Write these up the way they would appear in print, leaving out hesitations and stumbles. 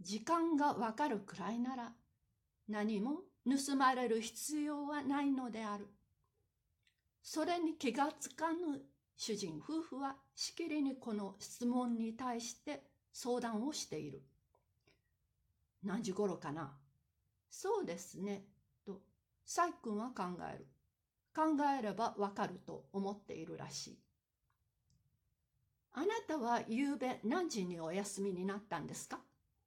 時間がわかるくらいなら何も盗まれる必要はないのである。それに気がつかぬ主人夫婦はしきりにこの質問に対して相談をしている。何時頃かな。そうですね、とサイ君は考える。考えればわかると思っているらしい。あなたは夕べ何時にお休みになったんですか？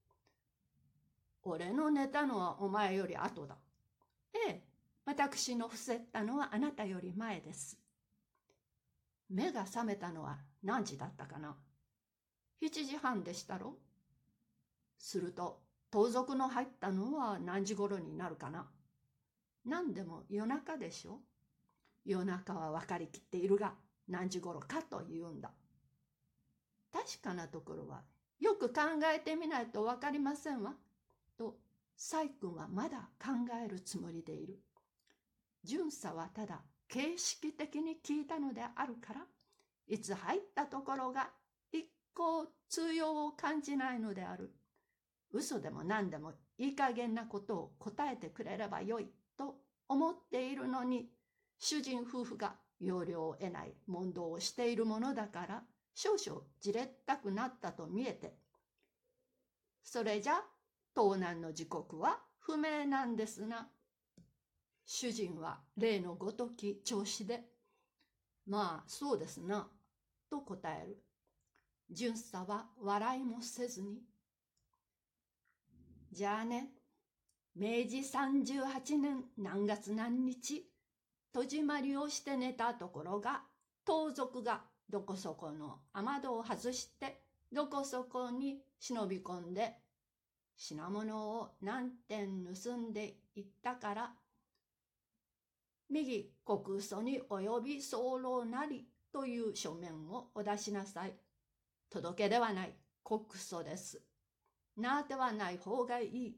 俺の寝たのはお前より後だ。ええ、私の伏せったのはあなたより前です。目が覚めたのは何時だったかな。7時半でしたろ。すると盗賊の入ったのは何時頃になるかな。何でも夜中でしょ。夜中は分かりきっているが何時頃かというんだ。確かなところはよく考えてみないと分かりませんわ。とサイ君はまだ考えるつもりでいる。巡査はただ形式的に聞いたのであるから、いつ入ったところが一向通用を感じないのである。嘘でも何でもいい加減なことを答えてくれればよいと思っているのに、主人夫婦が要領を得ない問答をしているものだから少々じれったくなったと見えて、それじゃ盗難の時刻は不明なんですな。主人は例のごとき調子で、まあそうですな、と答える。巡査は笑いもせずに、じゃあね、明治38年何月何日、戸締まりをして寝たところが、盗賊がどこそこの雨戸を外して、どこそこに忍び込んで、品物を何点盗んでいったから、右告訴に及び候なりという書面をお出しなさい。届けではない、告訴です。なあてはない方がいい。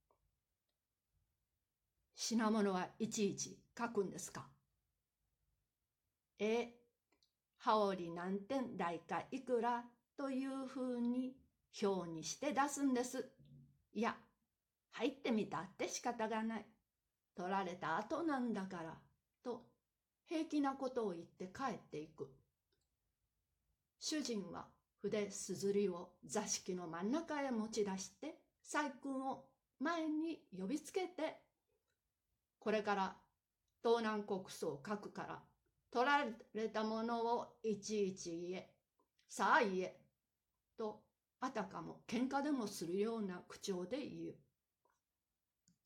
品物はいちいち書くんですか？羽織何点代価いくらというふうに表にして出すんです。いや、入ってみたって仕方がない。取られた後なんだから、と平気なことを言って帰っていく。主人は筆すずりを座敷の真ん中へ持ち出して、細君を前に呼びつけて、これから盗難告訴を書くから、取られたものをいちいち言え、さあ言え、とあたかも喧嘩でもするような口調で言う。